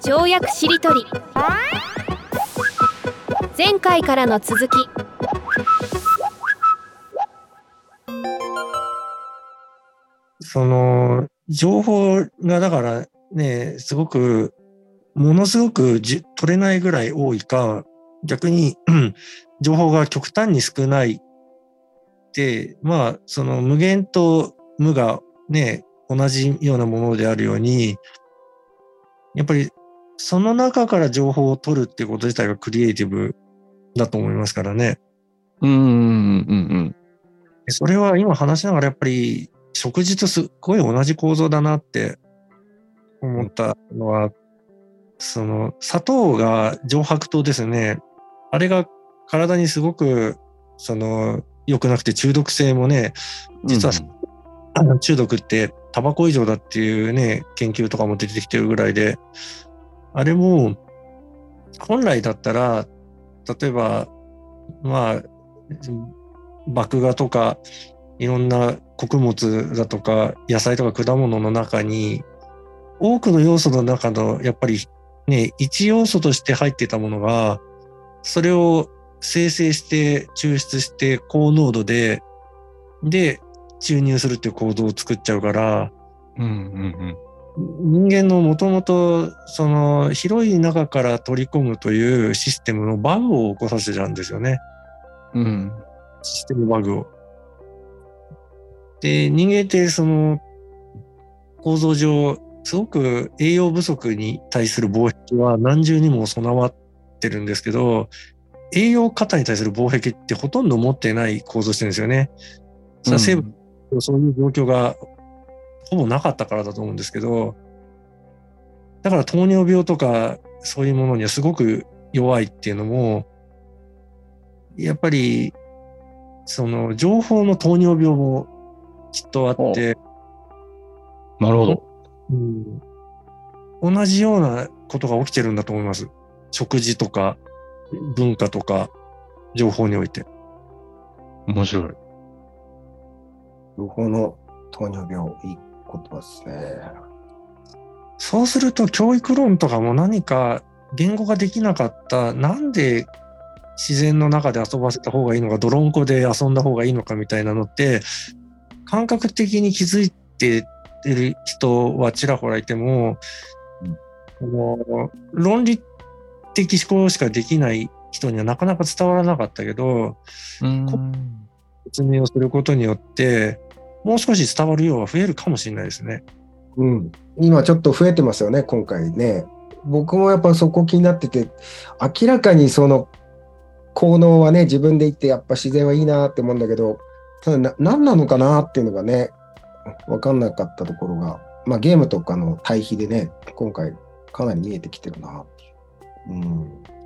跳躍しりとり。前回からの続き。 情報がだからね、ものすごく取れないぐらい多いか、逆に情報が極端に少ないって、無限と無がね、同じようなものであるように、やっぱりその中から情報を取るっていうこと自体がクリエイティブだと思いますからね。それは今話しながらやっぱり食事とすっごい同じ構造だなって思ったのは、砂糖が上白糖ですね。あれが体にすごく良くなくて中毒性もね、実は、中毒ってタバコ以上だっていうね、研究とかも出てきてるぐらいで、あれも本来だったら、例えば麦芽とかいろんな穀物だとか野菜とか果物の中に多くの要素の中のやっぱりね、一要素として入っていたものが、それを生成して抽出して高濃度で注入するっていう構造を作っちゃうから、人間のもともと広い中から取り込むというシステムのバグを起こさせちゃうんですよね。システムバグを。で、人間って構造上、すごく栄養不足に対する防壁は何重にも備わってるんですけど、栄養過多に対する防壁ってほとんど持ってない構造してるんですよね。生物、そういう状況がほぼなかったからだと思うんですけど、だから糖尿病とかそういうものにはすごく弱いっていうのも、やっぱり情報の糖尿病もきっとあって、 なるほど。 同じようなことが起きてるんだと思います。食事とか文化とか情報において。 面白い。 情報の糖尿病、いい言葉ですね。 そうすると教育論とかも何か言語ができなかった、なんで自然の中で遊ばせた方がいいのか、泥んこで遊んだ方がいいのかみたいなのって、感覚的に気づいている人はちらほらいても、論理的思考しかできない人にはなかなか伝わらなかったけど、説明をすることによってもう少し伝わる量は増えるかもしれないですね。 今ちょっと増えてますよね、今回ね。僕もやっぱそこ気になってて、明らかにその効能はね、自分で言ってやっぱ自然はいいなって思うんだけど、ただ何なのかなっていうのがね、分かんなかったところが、ゲームとかの対比でね、今回かなり見えてきてるなっていう。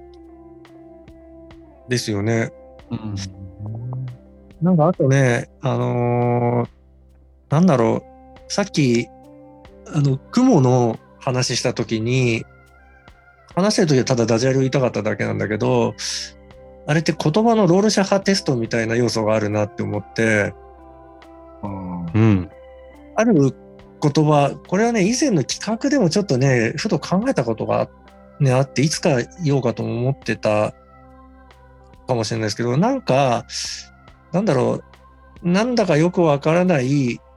ですよね。なんかあとね、なんだろう、さっき雲の話した時に、話してる時はただダジャレを言いたかっただけなんだけど、あれって言葉のロールシャッハテストみたいな要素があるなって思って、ある言葉、これはね、以前の企画でもちょっとね、ふと考えたことが、ね、あって、いつか言おうかと思ってたかもしれないですけど、なんか、なんだろう、なんだかよくわからない、い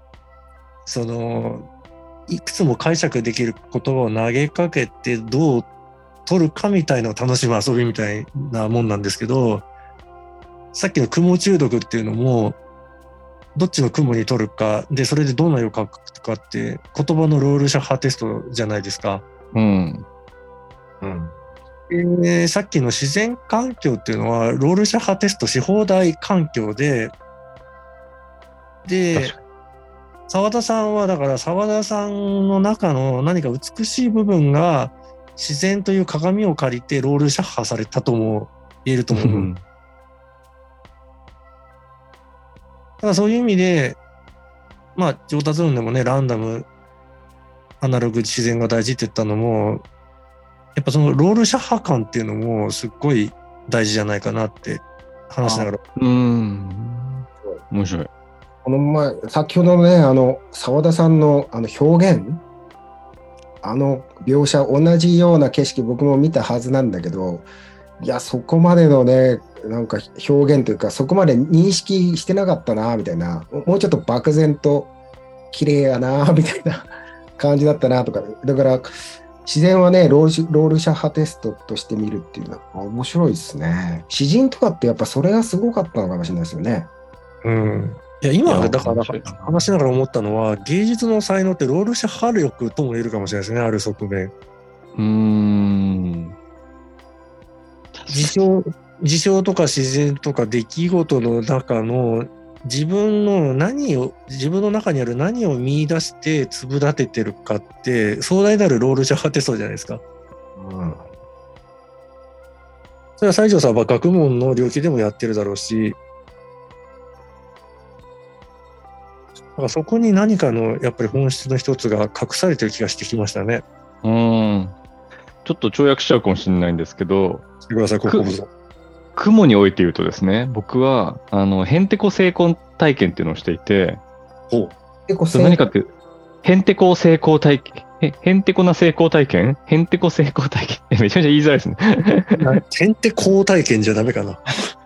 くつも解釈できる言葉を投げかけてどう取るかみたいのを楽しむ遊びみたいなもんなんですけど、さっきの雲中毒っていうのも、どっちの雲に取るかで、それでどんな絵を描くかって言葉のロールシャッハテストじゃないですか。さっきの自然環境っていうのはロールシャッハテストし放題環境で、澤田さんはだから澤田さんの中の何か美しい部分が自然という鏡を借りてロールシャッハされたとも言えると思う。ただそういう意味で、上達論でもね、ランダム、アナログ、自然が大事って言ったのも、やっぱそのロールシャッハ感っていうのもすっごい大事じゃないかなって話しながら。 面白い。 この前、先ほどのね、澤田さんの表現、 あの描写、同じような景色僕も見たはずなんだけど、いや、そこまでのね、なんか表現というか、そこまで認識してなかったな、みたいな、もうちょっと漠然と綺麗やな、みたいな感じだったなとか、だから自然はね、ロールシャッハテストとして見るっていうのは面白いですね。詩人とかってやっぱそれがすごかったのかもしれないですよね。 うん。いや、今、 いやだから面白いな話しながら思ったのは、芸術の才能ってロールシャッハ力とも言えるかもしれないですね、ある側面。事象とか自然とか出来事の中の自分の中にある何を見出して粒立ててるかって壮大なるロールシャッハテストじゃないですか。 うん。 それは西条さんは学問の領域でもやってるだろうし、だからそこに何かのやっぱり本質の一つが隠されてる気がしてきましたね。 ちょっと跳躍しちゃうかもしれないんですけど、 してください、こここそ。 雲において言うとですね、僕は、ヘンテコ成功体験っていうのをしていて、 結構何かって、ヘンテコ成功体験、ヘンテコな成功体験ヘンテコ成功体験めちゃめちゃ言いづらいですね。 ヘンテコ体験じゃダメかな。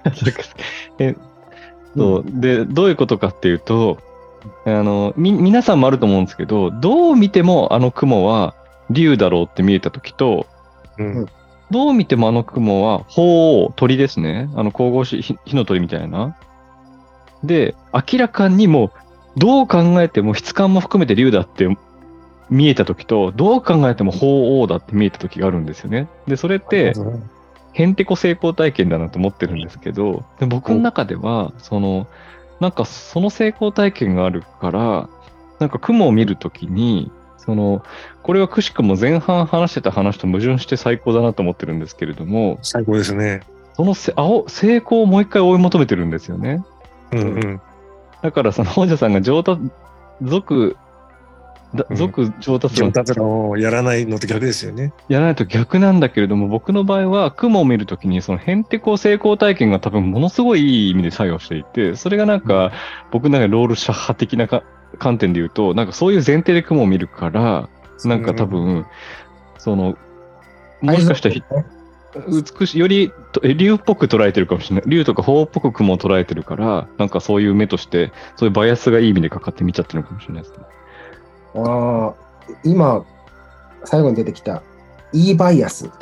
で、どういうことかっていうと、皆さんもあると思うんですけど、どう見てもあの雲は竜だろうって見えたときと、どう見てもあの雲は鳳凰、鳥ですね。神々しい火の鳥みたいな。で、明らかにもう、どう考えても質感も含めて竜だって見えたときと、どう考えても鳳凰だって見えたときがあるんですよね。で、それって、ヘンテコ成功体験だなと思ってるんですけど、で僕の中では、なんかその成功体験があるから、なんか雲を見るときに、これはくしくも前半話してた話と矛盾して最高だなと思ってるんですけれども、 最高ですね。 その成功をもう一回追い求めてるんですよね。だから本社さんが俗上達論をやらないのと逆ですよね。 やらないと逆なんだけれども、僕の場合は雲を見るときにヘンテコ成功体験が多分ものすごいいい意味で作用していて、それがなんか僕の中でロールシャッハ的な観点で言うと、なんかそういう前提で雲を見るから、なんか多分、もしかしたら美しい、より竜っぽく捉えてるかもしれない。竜とか鳳っぽく雲を捉えてるから、なんかそういう目として、そういうバイアスがいい意味でかかって見ちゃってるのかもしれないですね。 今、最後に出てきた、いいバイアス。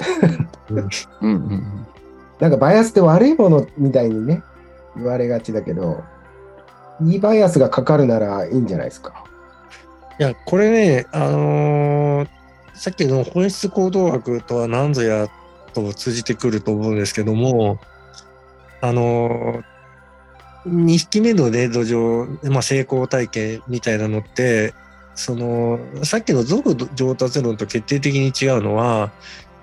なんかバイアスって悪いものみたいにね、言われがちだけど、いいバイアスがかかるならいいんじゃないですか。 いや、これね、さっきの本質行動学とは何ぞやと通じてくると思うんですけども、2匹目のね、土壌、成功体験みたいなのって、さっきの俗上達論と決定的に違うのは、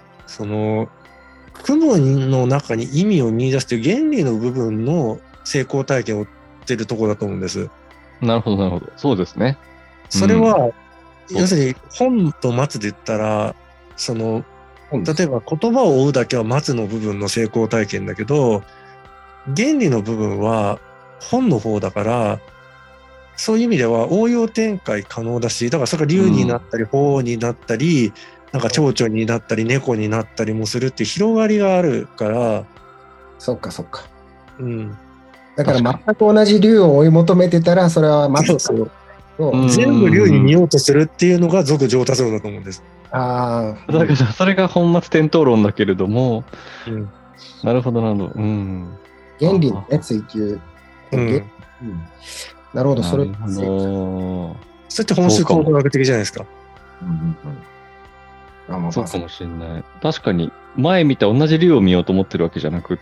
雲の中に意味を見出している原理の部分の成功体験を追ってるところだと思うんです。 なるほど、なるほど。そうですね。 それは、要するに本と松で言ったら、例えば言葉を追うだけは松の部分の成功体験だけど、原理の部分は本の方だから、そういう意味では応用展開可能だし、だからそれが竜になったり、鳳になったり、なんか蝶々になったり、猫になったりもするっていう広がりがあるから。 そっかそっか。 だから全く同じ竜を追い求めてたら、それは松全部竜に見ようとするっていうのが俗上達論だと思うんです。 だからそれが本末転倒論だけれども、なるほどなるほど。 原理のね、追求。なるほど、それ。 そうやって本質行動学的じゃないですか。 そうかもしれない。確かに、前見た同じ竜を見ようと思ってるわけじゃなくって、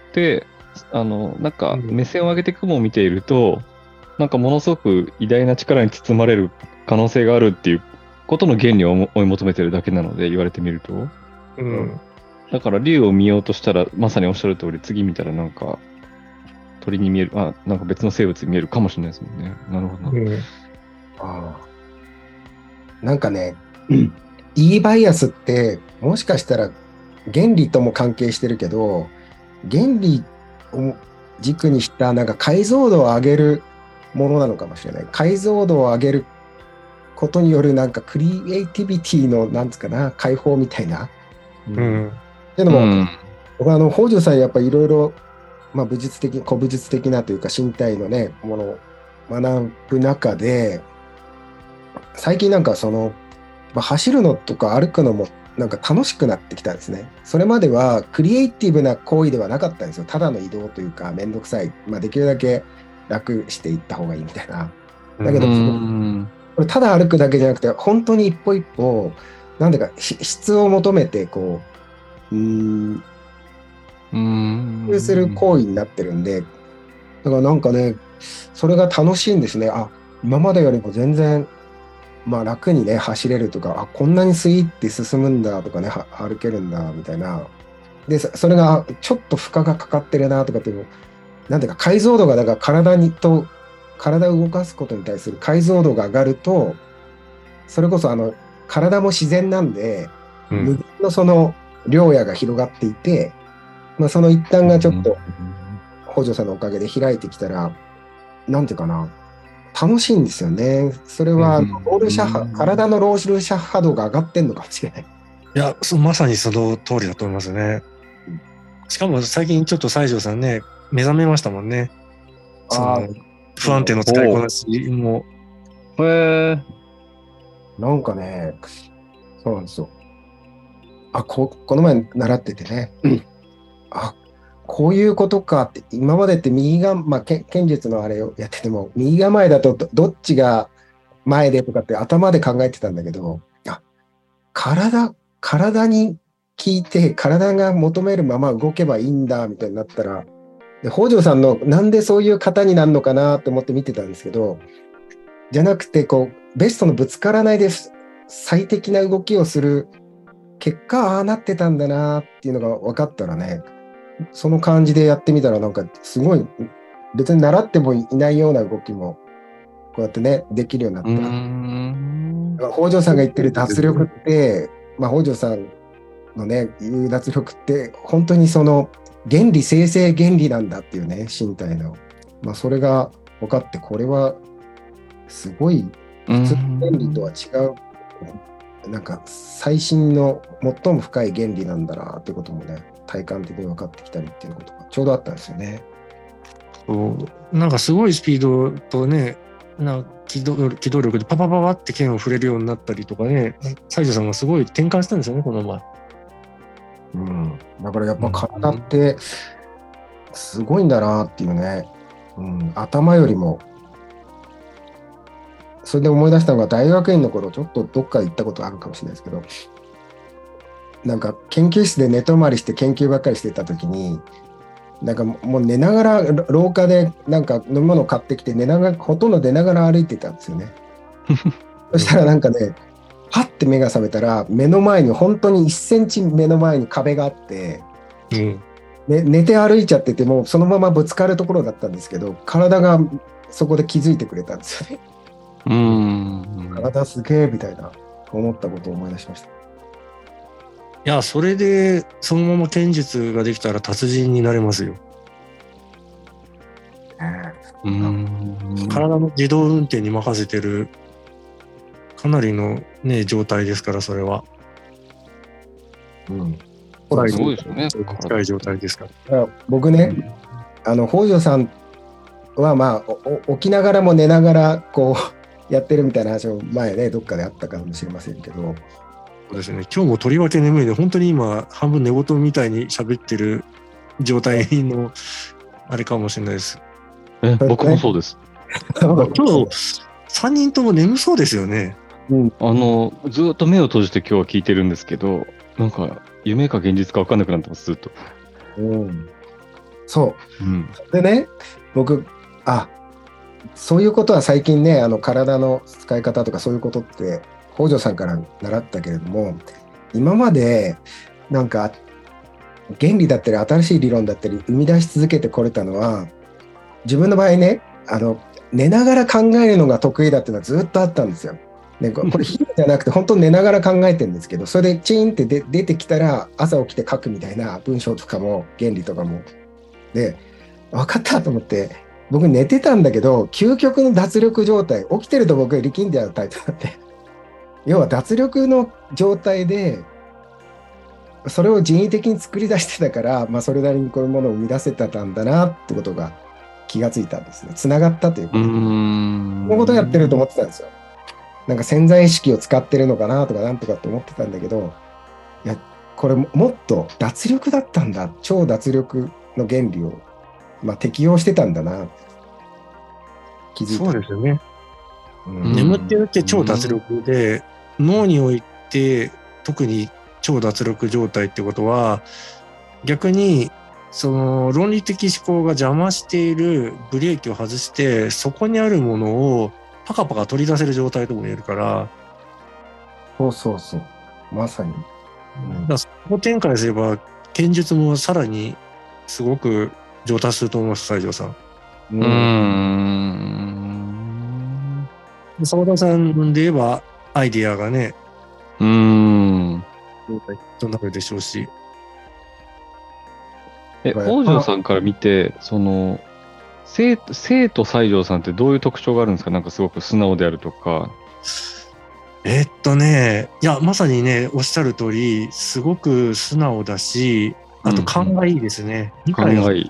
なんか目線を上げて雲を見ていると、なんかものすごく偉大な力に包まれる可能性があるっていうことの原理を追い求めてるだけなので、言われてみると。だから竜を見ようとしたら、まさにおっしゃる通り、次見たらなんか鳥に見える、なんか別の生物に見えるかもしれないですもんね。なるほど。 なんかね、いいバイアスって、もしかしたら原理とも関係してるけど、原理を軸にしたなんか解像度を上げるものなのかもしれない。解像度を上げることによるなんかクリエイティビティのなんつうかな解放みたいな。 うん。 っていうのも、僕は北条さんやっぱりいろいろ古武術的なというか身体のねものを学ぶ中で、最近なんか走るのとか歩くのもなんか楽しくなってきたんですね。それまではクリエイティブな行為ではなかったんですよ。ただの移動というかめんどくさい、できるだけ楽していった方がいいみたいな。だけど、これただ歩くだけじゃなくて本当に一歩一歩なんだか質を求めてこうする行為になってるんで、だからなんかねそれが楽しいんですね。今までよりも全然楽にね走れるとか、こんなにスイって進むんだとかね歩けるんだみたいな。でそれがちょっと負荷がかかってるなとかっていうの、なんていうか解像度がだから体を動かすことに対する解像度が上がると、それこそ体も自然なんで、無限のその量野が広がっていて、その一端がちょっと北条さんのおかげで開いてきたら、なんていうかな、楽しいんですよね。それは体のロールシャッハ度が上がってんのかもしれない。 いや、まさにその通りだと思いますね。しかも最近ちょっと西条さんね、目覚めましたもんね。不安定の使いこなしも。 なんかね、そうなんですよ。この前習っててね、こういうことかって、今までって右が、剣術のあれをやってても、右が前だとどっちが前でとかって頭で考えてたんだけど、体に聞いて、体が求めるまま動けばいいんだみたいになったら、で北条さんのなんでそういう方になるのかなと思って見てたんですけど、じゃなくてベストのぶつからないで最適な動きをする結果、なってたんだなっていうのが分かったらね、その感じでやってみたらなんかすごい、別に習ってもいないような動きもこうやってねできるようになった。北条さんが言ってる脱力って、北条さんのね言う脱力って本当にその原理生成原理なんだっていうね、身体のそれが分かって、これはすごい普通の原理とは違う、なんか最新の最も深い原理なんだなってこともね体感的に分かってきたりっていうことがちょうどあったんですよね。 なんかすごいスピードとね、機動力でパパパパって剣を触れるようになったりとかね、西条さんがすごい転換したんですよね、この前。 だからやっぱ体ってすごいんだなっていうね、頭よりも。それで思い出したのが、大学院の頃ちょっとどっか行ったことあるかもしれないですけど、なんか研究室で寝泊まりして研究ばっかりしてた時に、なんかもう寝ながら廊下でなんか飲み物買ってきてほとんど寝ながら歩いてたんですよね。そしたらなんかね、パッて目が覚めたら、目の前に本当に1センチ目の前に壁があって、寝て歩いちゃっててもそのままぶつかるところだったんですけど、体がそこで気づいてくれたんですよね。体すげえみたいな思ったことを思い出しました。 いや、それでそのまま剣術ができたら達人になれますよ。体の自動運転に任せてるかなりのね状態ですから、それは。 すごいですよね。 近い状態ですから。 僕ね、北条さんは起きながらも寝ながらやってるみたいな話も前ねどっかであったかもしれませんけど。 そうですね。今日もとりわけ眠いで、本当に今半分寝言みたいに喋ってる状態のあれかもしれないです。 僕もそうです。 今日3人とも眠そうですよね。 ずっと目を閉じて今日は聞いてるんですけど、なんか夢か現実か分かんなくなってます、ずっと。 そう。でね、僕そういうことは最近ね、体の使い方とかそういうことって北条さんから習ったけれども、今までなんか原理だったり新しい理論だったり生み出し続けてこれたのは、自分の場合ね、寝ながら考えるのが得意だっていうのはずっとあったんですよ。ね、これヒーじゃなくて本当に寝ながら考えてるんですけど、それでチーンって出てきたら朝起きて書くみたいな文章とかも原理とかもで分かったと思って、僕寝てたんだけど究極の脱力状態、起きてると僕力んじゃうタイプなんで要は脱力の状態で、それを人為的に作り出してたから、それなりにこういうものを生み出せてたんだなってことが気がついたんですね。つながったということ。このことをやってると思ってたんですよ。なんか潜在意識を使ってるのかなとかなんとかって思ってたんだけど、いや、これもっと脱力だったんだ。超脱力の原理を、適用してたんだな。気づいた。 そうですよね。 うん眠ってるって超脱力で、脳において特に超脱力状態ってことは、逆にその論理的思考が邪魔しているブレーキを外して、そこにあるものをパカパカ取り出せる状態とも言えるから、 そうそうそう。まさに。 だからそこを展開すれば、剣術もさらにすごく上達すると思います、西条さん。澤田さんで言えば、アイディアがね、となるでしょうし。 北条さんから見て、生徒西条さんってどういう特徴があるんですか？なんかすごく素直であるとか。 いや、まさにね、おっしゃる通り、すごく素直だし、あと勘がいいですね。 勘がいい。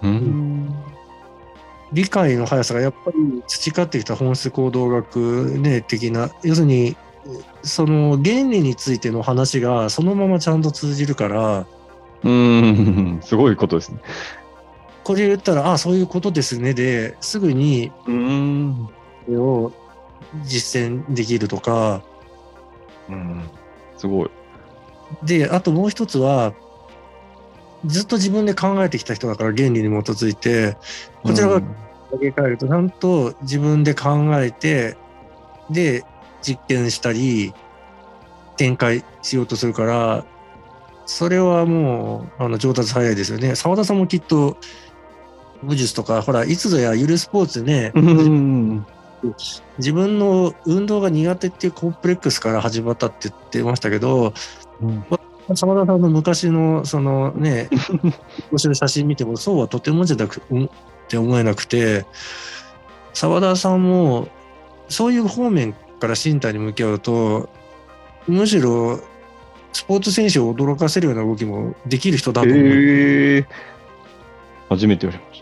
理解の速さがやっぱり培ってきた本質行動学ね、的な、要するに、その原理についての話がそのままちゃんと通じるから、 すごいことですね。 これ言ったら、そういうことですねですぐに、それを実践できるとか、 すごい。 で、あともう一つは、ずっと自分で考えてきた人だから原理に基づいて、こちらがだけ変えると、ちゃんと自分で考えて、で、実験したり、展開しようとするから、それはもう、上達早いですよね。澤田さんもきっと、武術とか、ほら、いつぞやゆるスポーツね、自分の運動が苦手っていうコンプレックスから始まったって言ってましたけど、澤田さんの昔のそのね、写真見てもそうはとてもじゃなくって思えなくて、澤田さんもそういう方面から身体に向き合うと、むしろスポーツ選手を驚かせるような動きもできる人だと思う。 初めて言われました。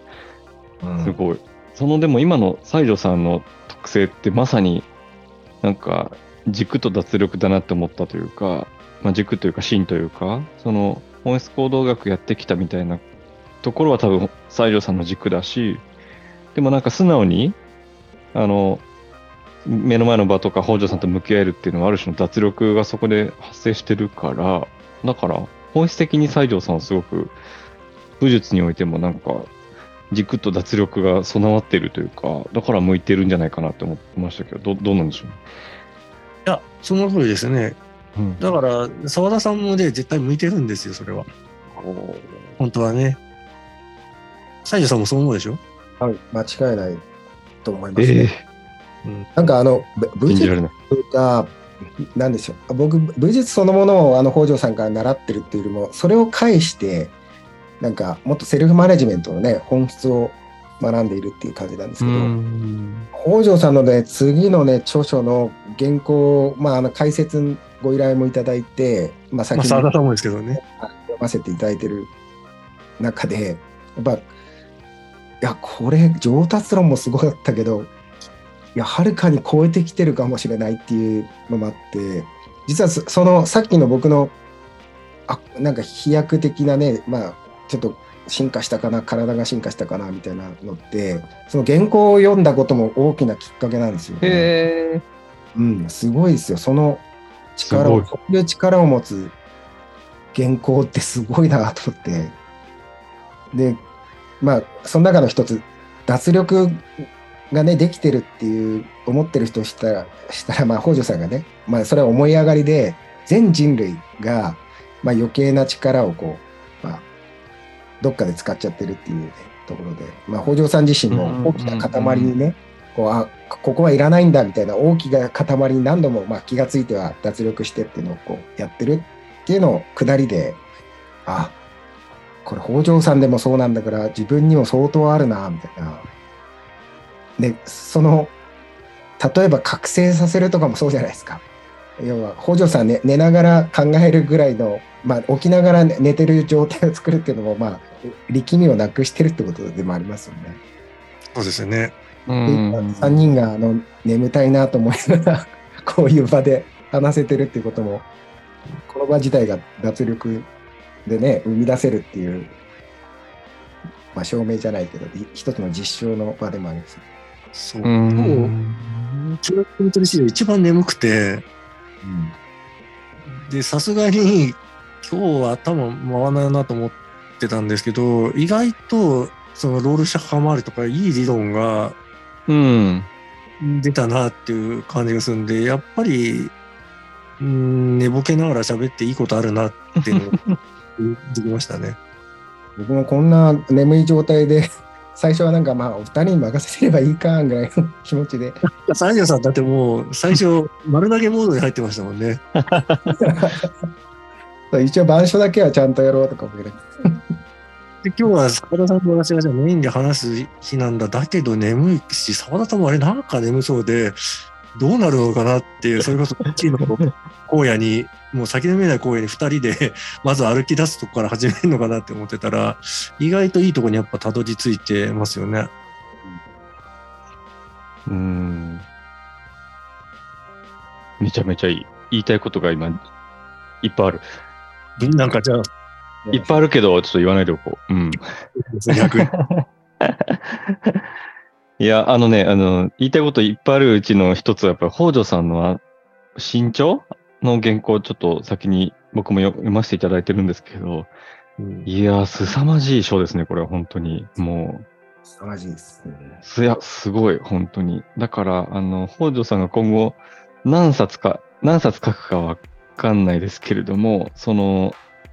すごい。でも今の西条さんの特性ってまさになんか軸と脱力だなって思ったというか、軸というか芯というか、その本質行動学やってきたみたいなところは多分西条さんの軸だし、でもなんか素直に目の前の場とか北条さんと向き合えるっていうのはある種の脱力がそこで発生してるから、だから本質的に西条さんはすごく武術においてもなんか軸と脱力が備わっているというか、だから向いてるんじゃないかなって思ってましたけど、どうなんでしょうね。 いや、その通りですね。だから澤田さんもね、絶対向いてるんですよ、それは。本当はね。西条さんもそう思うでしょ？ はい、間違いないと思いますね。なんか武術が何でしょう。僕武術そのものを北条さんから習ってるっていうよりも、それを介してなんかもっとセルフマネジメントのね本質を学んでいるっていう感じなんですけど、北条さんのね次のね著書の原稿、解説ご依頼もいただいて、先に澤田さんもですけどね、 読ませていただいてる中で、やっぱいやこれ上達論もすごかったけど、いやはるかに超えてきてるかもしれないっていうのもあって、実はそのさっきの僕のなんか飛躍的なね、ちょっと進化したかな、体が進化したかなみたいなのって、その原稿を読んだことも大きなきっかけなんですよね。すごいですよ。その力を、そういう力を持つ原稿ってすごいなと思って。で、その中の一つ、脱力がね、できてるっていう思ってる人したら北条さんがね、それは思い上がりで、全人類が、余計な力をこう、どっかで使っちゃってるっていう、ね、ところで、北条さん自身も大きな塊にね、ここはいらないんだみたいな大きな塊に何度も気がついては脱力してっていうのをこうやってるっていうのを下りで、これ北条さんでもそうなんだから自分にも相当あるなみたいな。で、例えば覚醒させるとかもそうじゃないですか。 要は北条さん、ね、寝ながら考えるぐらいの、まあ、起きながら寝てる状態を作るっていうのも、まあ、力みをなくしてるってことでもありますよね。 そうですよね。 3人が眠たいなと思いながらこういう場で話せてるっていうことも、この場自体が脱力でね生み出せるっていう、まあ、証明じゃないけど一つの実証の場でもあります。 そう。中学筋トレ史上一番眠くて、でさすがに今日は頭回らないなと思ってたんですけど、意外とそのロールシャッハー周りとかいい理論が出たなっていう感じがするんで、やっぱり寝ぼけながら喋っていいことあるなっていうのができましたね。 僕もこんな眠い状態で最初はなんかまあお二人に任せればいいかぐらいの気持ちで。 西条さんだってもう最初丸投げモードに入ってましたもんね。 一応板書だけはちゃんとやろうとか思って。 で今日は澤田さんと私がじゃあメインで話す日なんだ。だけど眠いし、澤田さんもあれなんか眠そうで、どうなるのかなっていう、それこそこっちの荒野に、もう先の見えない荒野に2人でまず歩き出すとこから始めるのかなって思ってたら、意外といいとこにやっぱたどり着いてますよね。 めちゃめちゃいい。言いたいことが今いっぱいある。 なんかじゃあいっぱいあるけどちょっと言わないでおこう。 逆にいや言いたいこといっぱいあるうちの一つはやっぱり北条さんの身長の原稿をちょっと先に僕も読ませていただいてるんですけど、いや凄まじい書ですね、これは本当に。もう凄まじいですね。 いやすごい本当に。だから北条さんが今後何冊書くかわかんないですけれども、その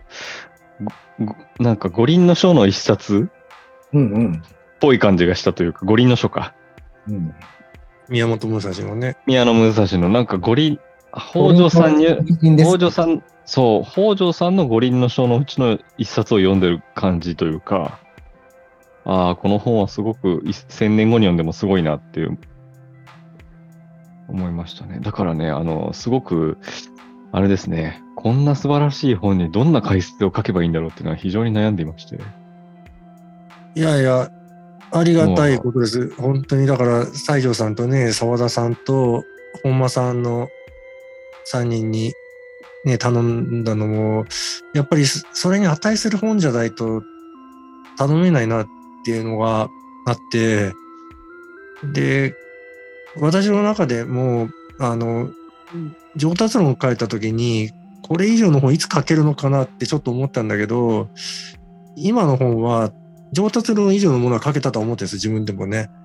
なんか五輪の書の一冊っぽい感じがしたというか、五輪の書か。 宮本武蔵のね。 宮野武蔵のなんか北条さんの五輪の書のうちの一冊を読んでる感じというか、この本はすごく1000年後に読んでもすごいなっていう思いましたね。だからね、すごくあれですね、こんな素晴らしい本にどんな解説を書けばいいんだろうっていうのは非常に悩んでいまして。 いやいや、ありがたいことです。本当に。だから西条さんとね、澤田さんと本間さんの3人にね頼んだのも、やっぱりそれに値する本じゃないと頼めないなっていうのがあって、で私の中でも上達論を書いた時にこれ以上の本いつ書けるのかなってちょっと思ったんだけど、今の本は上達論以上のものは書けたと思ってるんです、自分でもね。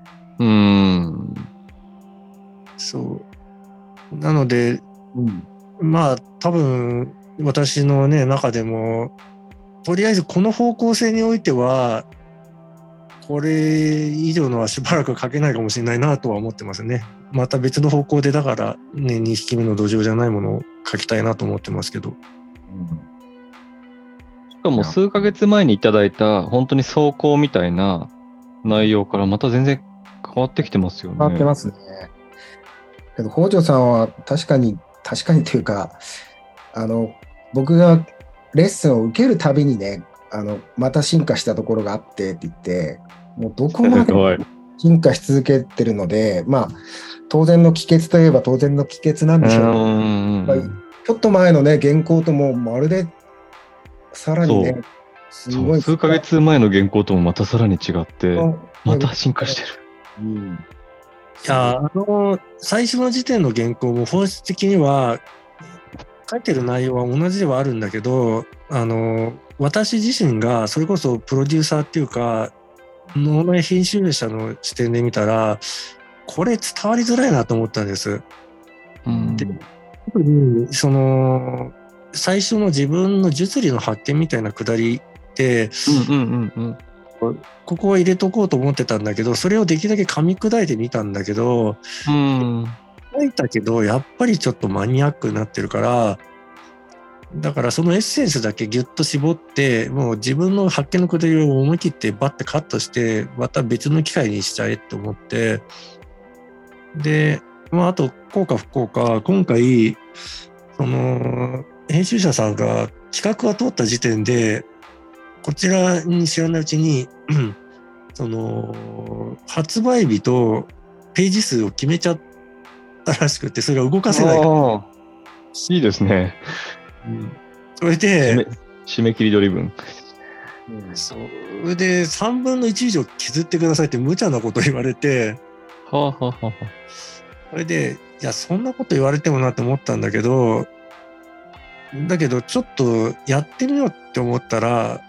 そうなので、まあ多分私のね中でもとりあえずこの方向性においてはこれ以上のはしばらく書けないかもしれないなとは思ってますね。また別の方向でだからね、2匹目の土壌じゃないものを書きたいなと思ってますけど。 しかも数ヶ月前にいただいた本当に草稿みたいな内容からまた全然変わってきてますよね。 変わってますね。けど北条さんは確かにというか、僕がレッスンを受けるたびにね、また進化したところがあってって言って、もうどこまで進化し続けてるので、まあ当然の帰結といえば当然の帰結なんでしょう。ちょっと前のね原稿ともまるでさらにね、 すごい数ヶ月前の原稿ともまたさらに違ってまた進化してる。 いや最初の時点の原稿も本質的には書いてる内容は同じではあるんだけど、私自身がそれこそプロデューサーっていうか脳内編集者の視点で見たらこれ伝わりづらいなと思ったんです。で特に最初の自分の術理の発見みたいなくだりってここは入れとこうと思ってたんだけど、それをできるだけ噛み砕いてみたんだけど、書いたけどやっぱりちょっとマニアックになってるから、だからそのエッセンスだけギュッと絞って、もう自分の発見のくだりを思い切ってバッてカットしてまた別の機会にしちゃえって思って、であと幸か不幸か今回編集者さんが企画が通った時点で、こちらに知らないうちに、発売日とページ数を決めちゃったらしくて、それが動かせないから。 いいですね。 それで、 締め切りドリブン。 それで3分の1以上削ってくださいって無茶なこと言われて、それで、いや、そんなこと言われてもなって思ったんだけど、ちょっとやってみようって思ったら、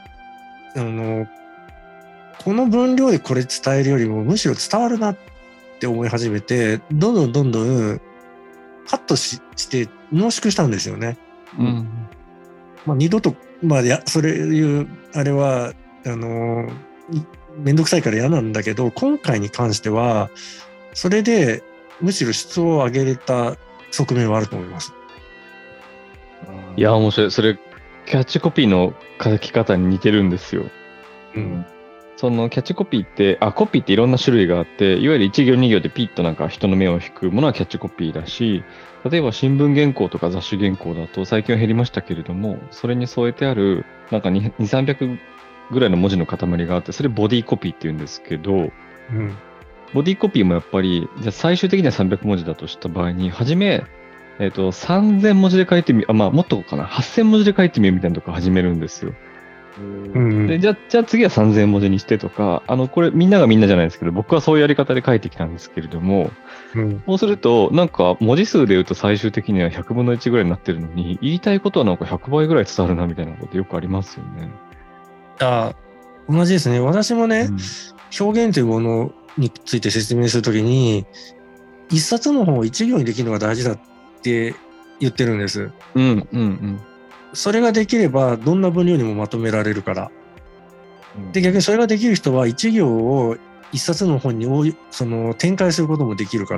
この分量でこれ伝えるよりもむしろ伝わるなって思い始めて、どんどんカットして濃縮したんですよね。二度と、それいう、あれは、めんどくさいから嫌なんだけど、今回に関しては、それでむしろ質を上げれた側面はあると思います。 いや、面白い。それ、キャッチコピーの書き方に似てるんですよ。そのキャッチコピーって、コピーっていろんな種類があって、いわゆる1行2行でピッとなんか人の目を引くものはキャッチコピーだし、例えば新聞原稿とか雑誌原稿だと最近は減りましたけれども、それに添えてあるなんか2、300ぐらいの文字の塊があって、それボディコピーって言うんですけど、ボディコピーもやっぱり、じゃあ最終的には300文字だとした場合に、はじめ、3000文字で書いてみ、もっとかな、8000文字で書いてみるみたいなとこ始めるんですよ。でじゃあ次は3000文字にしてとか、これみんながみんなじゃないですけど、僕はそういうやり方で書いてきたんですけれども、そうすると、なんか文字数で言うと最終的には100分の1ぐらいになってるのに、言いたいことはなんか100倍ぐらい伝わるなみたいなことよくありますよね。 同じですね。私もね、表現というものについて説明するときに、一冊の本を一行にできるのが大事だって言ってるんです。それができればどんな分量にもまとめられるから。で、逆にそれができる人は一行を一冊の本に展開することもできるから。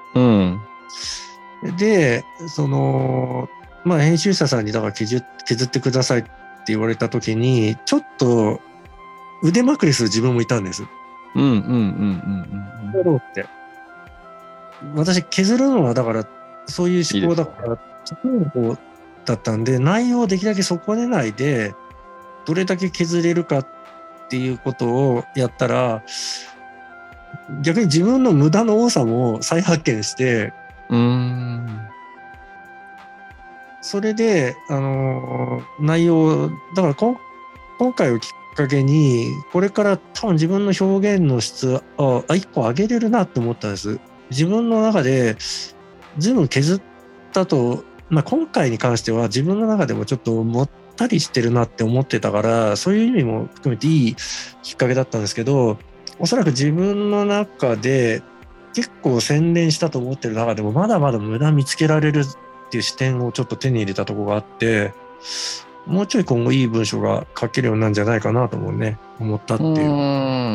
で、編集者さんにだから削ってくださいって言われたときに、ちょっと腕まくりする自分もいたんです。私削るのはだからそういう思考だからだったんで、内容をできるだけ損ねないでどれだけ削れるかっていうことをやったら、逆に自分の無駄の多さも再発見して、それで内容だから今回をきっかけにこれから多分自分の表現の質を一個上げれるなって思ったんです。自分の中で随分削ったと、今回に関しては自分の中でもちょっともったりしてるなって思ってたから、そういう意味も含めていいきっかけだったんですけど、おそらく自分の中で結構洗練したと思ってる中でもまだまだ無駄見つけられるっていう視点をちょっと手に入れたところがあって、もうちょい今後いい文章が書けるようになるんじゃないかなと思ったっていう。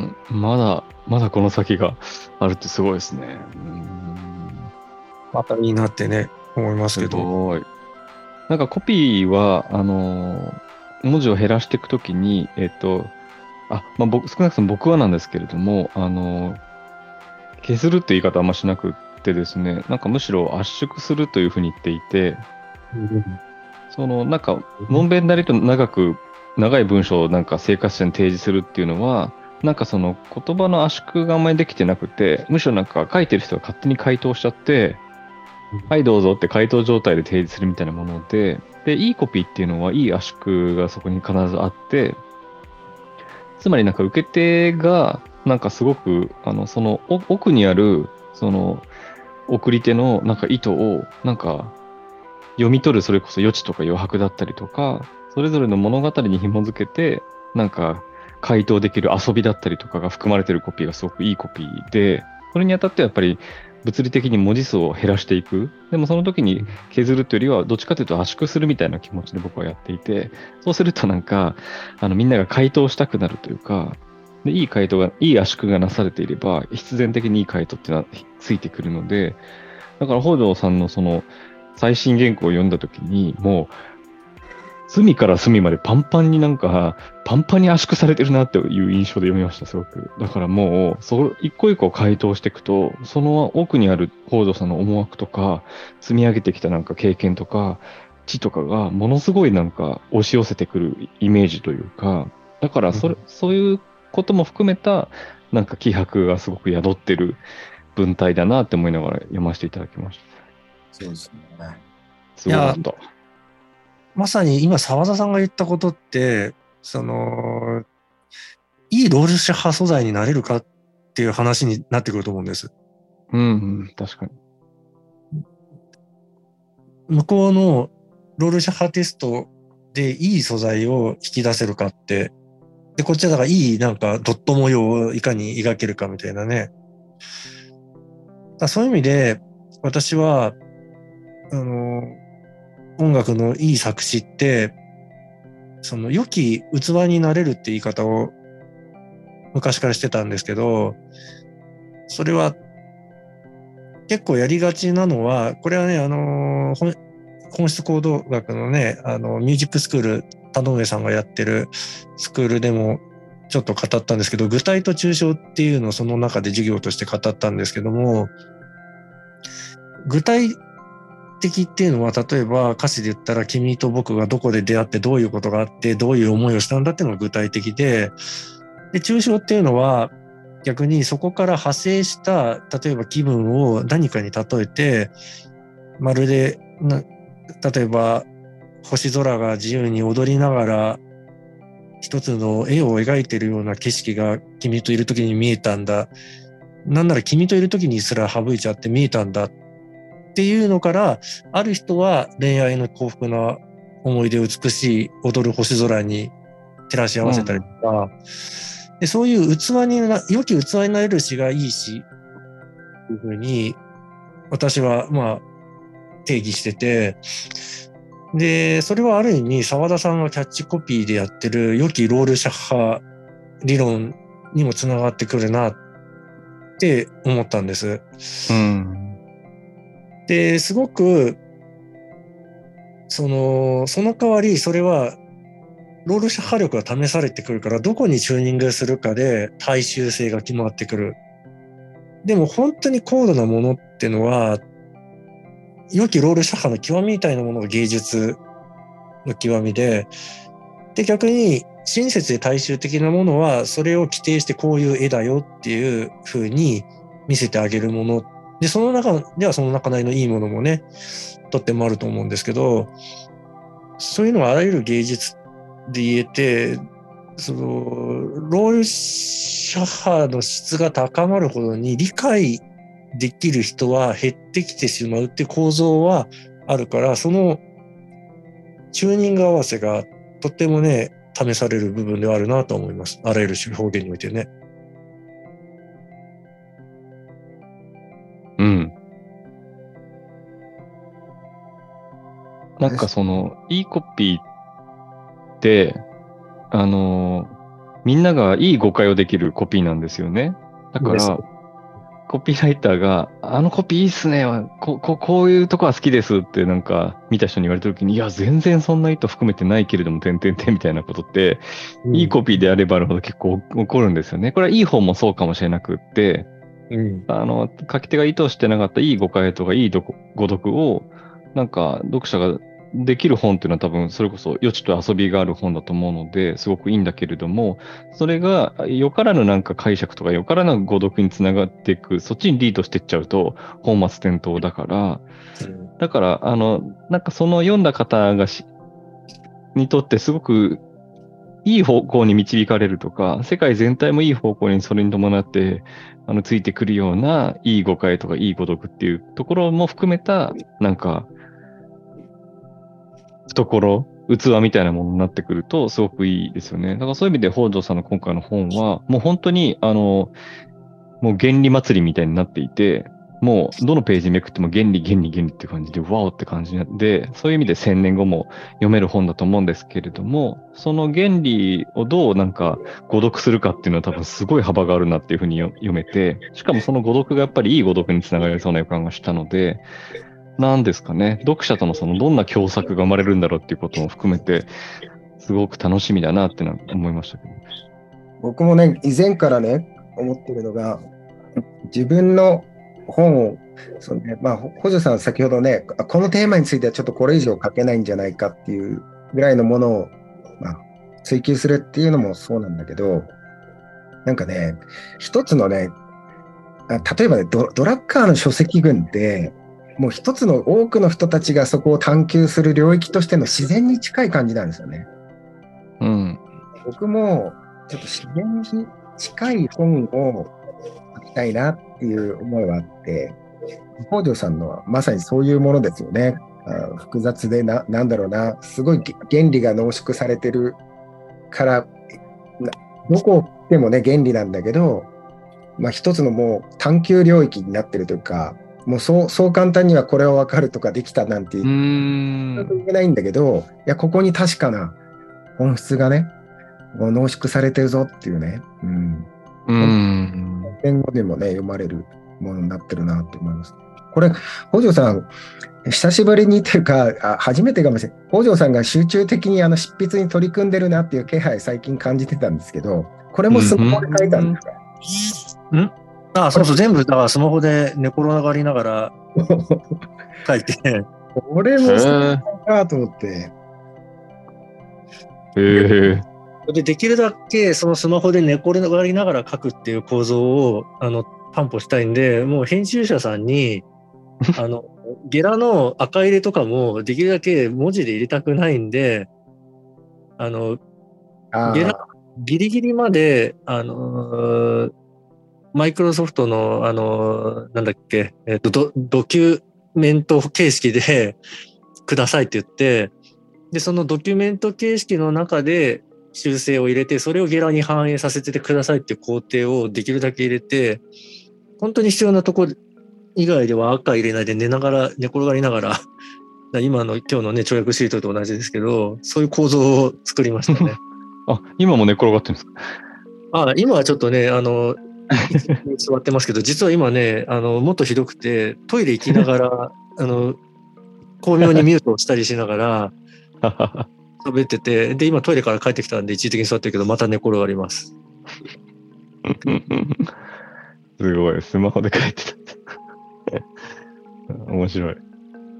まだこの先があるってすごいですね。 またいいなってね思いますけど。 すごい。なんかコピーは文字を減らしていくときに少なくとも僕はなんですけれども削るって言い方あんましなくってですね、なんかむしろ圧縮するというふうに言っていて、なんか文弁なりと長い文章をなんか生活者に提示するっていうのは、なんかその言葉の圧縮があんまりできてなくて、むしろなんか書いてる人が勝手に回答しちゃって、はいどうぞって回答状態で提示するみたいなもので、いいコピーっていうのはいい圧縮がそこに必ずあって、つまりなんか受け手がなんかすごくその奥にあるその送り手のなんか意図をなんか読み取る、それこそ余地とか余白だったりとか、それぞれの物語に紐づけてなんか回答できる遊びだったりとかが含まれているコピーがすごくいいコピーで、それにあたってはやっぱり物理的に文字数を減らしていく。でもその時に削るというよりはどっちかというと圧縮するみたいな気持ちで僕はやっていて、そうするとなんかみんなが回答したくなるというか、でいい圧縮がなされていれば必然的にいい回答っていうのはついてくるので、だから北条さんのその最新原稿を読んだ時にも隅から隅までパンパンにパンパンに圧縮されてるなっていう印象で読みました、すごく。だからもう、一個一個回答していくと、その奥にある北条さんの思惑とか、積み上げてきた経験とか、知とかが、ものすごい押し寄せてくるイメージというか、だからそういうことも含めた、気迫がすごく宿ってる文体だなって思いながら読ませていただきました。 そうですね。 すごかった。 まさに今澤田さんが言ったことって、いいロールシャッハ素材になれるかっていう話になってくると思うんです。 確かに。 向こうのロールシャッハテストでいい素材を引き出せるかって、で、こっちはだからいいドット模様をいかに描けるかみたいなね。そういう意味で、私は、音楽のいい作詞って、良き器になれるって言い方を昔からしてたんですけど、それは結構やりがちなのは、これはね、本質行動学のね、ミュージックスクール、田上さんがやってるスクールでもちょっと語ったんですけど、具体と抽象っていうのをその中で授業として語ったんですけども、具体的っていうのは、例えば歌詞で言ったら、君と僕がどこで出会ってどういうことがあってどういう思いをしたんだっていうのが具体的で、抽象っていうのは逆にそこから派生した例えば気分を何かに例えて、まるで例えば星空が自由に踊りながら一つの絵を描いているような景色が君といる時に見えたんだ、なんなら君といる時にすら省いちゃって見えたんだっていうのから、ある人は恋愛の幸福な思い出を美しい踊る星空に照らし合わせたりとか、でそういう良き器になれる詩がいい詩というふうに私は定義してて、でそれはある意味澤田さんがキャッチコピーでやってる良きロールシャッハ理論にもつながってくるなって思ったんです。で、すごく、その代わり、それは、ロールシャッハ力が試されてくるから、どこにチューニングするかで大衆性が決まってくる。でも、本当に高度なものってのは、良きロールシャッハの極みみたいなものが芸術の極みで、逆に、親切で大衆的なものは、それを規定してこういう絵だよっていう風に見せてあげるもの。で、その中ではその中なりのいいものもね、とってもあると思うんですけど、そういうのはあらゆる芸術で言えて、ロールシャッハの質が高まるほどに理解できる人は減ってきてしまうっていう構造はあるから、そのチューニング合わせがとってもね、試される部分ではあるなと思います。あらゆる表現においてね。 いいコピーって、みんながいい誤解をできるコピーなんですよね。だから、コピーライターが、あのコピーいいっすね。こういうとこは好きですって見た人に言われたときに、いや、全然そんな意図含めてないけれども、みたいなことって、いいコピーであればあるほど結構起こるんですよね。これはいい方もそうかもしれなくって、書き手が意図してなかったいい誤解とかいい誤読を、読者ができる本っていうのは多分それこそ余地と遊びがある本だと思うのですごくいいんだけれども、それがよからぬ解釈とかよからぬ誤読につながっていく、そっちにリードしていっちゃうと本末転倒だから、その読んだ方にとってすごくいい方向に導かれるとか、世界全体もいい方向にそれに伴ってついてくるようないい誤解とかいい誤読っていうところも含めた懐、器みたいなものになってくるとすごくいいですよね。だからそういう意味で北条さんの今回の本はもう本当にもう原理祭りみたいになっていて、もうどのページめくっても原理っていう感じでワオって感じで、そういう意味で1000年後も読める本だと思うんですけれども、その原理をどう誤読するかっていうのは多分すごい幅があるなっていうふうに読めて、しかもその誤読がやっぱりいい誤読につながりそうな予感がしたので、 なんですかね、読者とのそのどんな共作が生まれるんだろうっていうことも含めて、すごく楽しみだなってのは思いましたけど。 僕もね、以前からね、思ってるのが、自分の本を、補助さん先ほどね、このテーマについてはちょっとこれ以上書けないんじゃないかっていうぐらいのものを、追求するっていうのもそうなんだけど、なんかね、一つのね、例えばね、ドラッカーの書籍群って、もう一つの多くの人たちがそこを探求する領域としての自然に近い感じなんですよね。 うん。 僕もちょっと自然に近い本を書きたいなっていう思いはあって、北条さんのはまさにそういうものですよね。複雑でなんだろうな、すごい原理が濃縮されてるから、どこを切ってもね、原理なんだけど、一つのもう探求領域になってるというか、もうそう簡単にはこれは分かるとかできたなんて言えないんだけど、いや、ここに確かな本質がね、もう濃縮されてるぞっていうね、言語でもね、読まれるものになってるなって思います。これ、北条さん、久しぶりにというか、初めてかもしれない。北条さんが集中的に執筆に取り組んでるなっていう気配最近感じてたんですけど、これもスマホで書いたんですか？ そうそう、全部、だからスマホで寝転がりながら書いて。 これもそうかと思って。 で、できるだけそのスマホで寝転がりながら書くっていう構造を担保したいんで、もう編集者さんにゲラの赤入れとかもできるだけ文字で入れたくないんで、ゲラギリギリまでマイクロソフトのなんだっけ、ドキュメント形式でくださいって言って、でそのドキュメント形式の中で修正を入れて、それをゲラに反映させてくださいっていう工程をできるだけ入れて、本当に必要なとこ以外では赤入れないで寝転がりながら今の今日のね跳躍シートと同じですけど、そういう構造を作りましたね。 今も寝転がってるんですか？ 今はちょっとね座ってますけど、実は今ねもっとひどくて、トイレ行きながら巧妙にミュートをしたりしながら喋ってて、で今トイレから帰ってきたんで一時的に座ってるけど、また寝転がります。 すごい、スマホで書いてた。面白い。 だ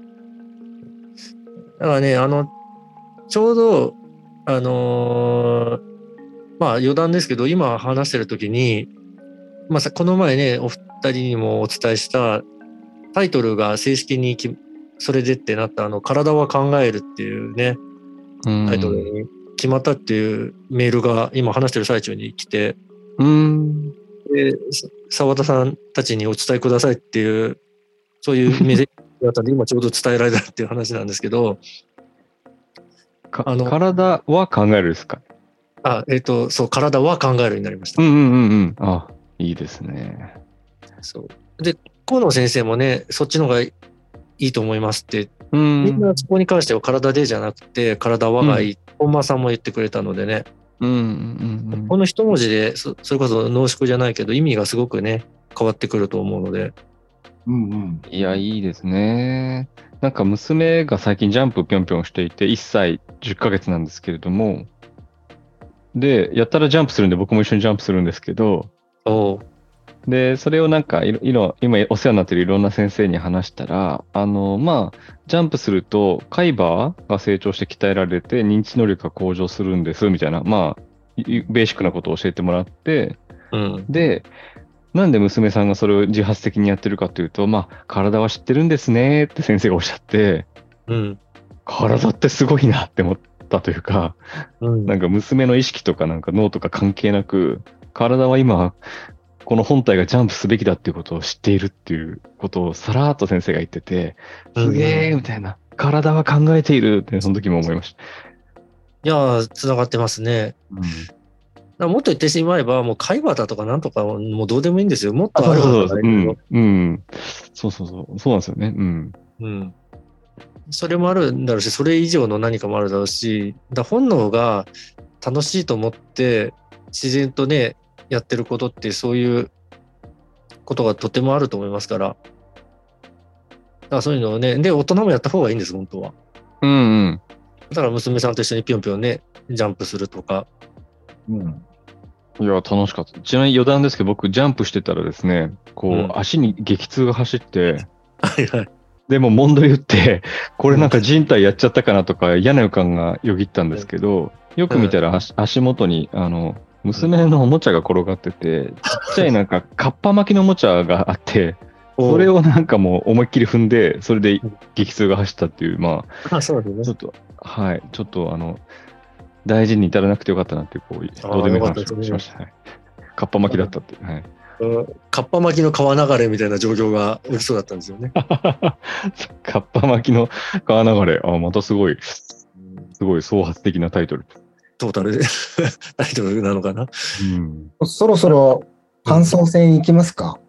からね、ちょうど、余談ですけど、今話してる時に、この前ね、お二人にもお伝えしたタイトルが正式にそれでってなった体は考えるっていうね、タイトルに決まったっていうメールが今話してる最中に来て、で澤田さんたちにお伝えくださいっていう、そういうメッセージだったんで、今ちょうど伝えられたっていう話なんですけど、 体は考えるですか？ そう、体は考えるになりました。 いいですね。 そうで、河野先生もね、そっちの方がいいと思いますって、みんなそこに関しては体でじゃなくて体はがいい、本間さんも言ってくれたのでね、この一文字でそれこそ濃縮じゃないけど意味がすごくね変わってくると思うので、 いや、いいですね。なんか娘が最近ジャンプぴょんぴょんしていて、1歳10ヶ月なんですけれども、で、やったらジャンプするんで僕も一緒にジャンプするんですけど、で、それをなんか今お世話になっているいろんな先生に話したら、ジャンプすると海馬が成長して鍛えられて認知能力が向上するんですみたいな、ベーシックなことを教えてもらって、で、なんで娘さんがそれを自発的にやってるかというと、体は知ってるんですねって先生がおっしゃって、体ってすごいなって思ったというか、なんか娘の意識とかなんか脳とか関係なく、体は今、この本体がジャンプすべきだっていうことを知っているっていうことをさらーっと先生が言ってて、すげーみたいな、体は考えているってその時も思いました。 いやー、つながってますね。もっと言ってしまえば、もう海馬だとかなんとかもうどうでもいいんですよ。もっとあるはずだけど。 そうなんですよね。 それもあるんだろうし、それ以上の何かもあるだろうし、本能が楽しいと思って自然とねやってることって、そういうことがとてもあると思いますから。 そういうのをね、で、大人もやった方がいいんです、本当は。 うんうん。 だから娘さんと一緒にぴょんぴょんね、ジャンプするとか。 いや、楽しかった。ちなみに余談ですけど、僕、ジャンプしてたらですね、こう、 うん足に激痛が走って、 はいはい。 でも問題言って、これなんか人体やっちゃったかなとか嫌な予感がよぎったんですけど、よく見たら足元に、娘のおもちゃが転がってて、ちっちゃいなんか、カッパ巻きのおもちゃがあって、それをなんかもう思いっきり踏んで、それで激痛が走ったっていう、まあ、 そうですね。 ちょっと、はい、ちょっと大事に至らなくてよかったなっていう、こう、どうでもいい話をしました。はい。カッパ巻きだったっていう。はい。 カッパ巻きの川流れみたいな状況が起きそうだったんですよね。 カッパ巻きの川流れ。またすごい創発的なタイトル。 トータルでタイトルなのかな。 そろそろ感想戦いきますか。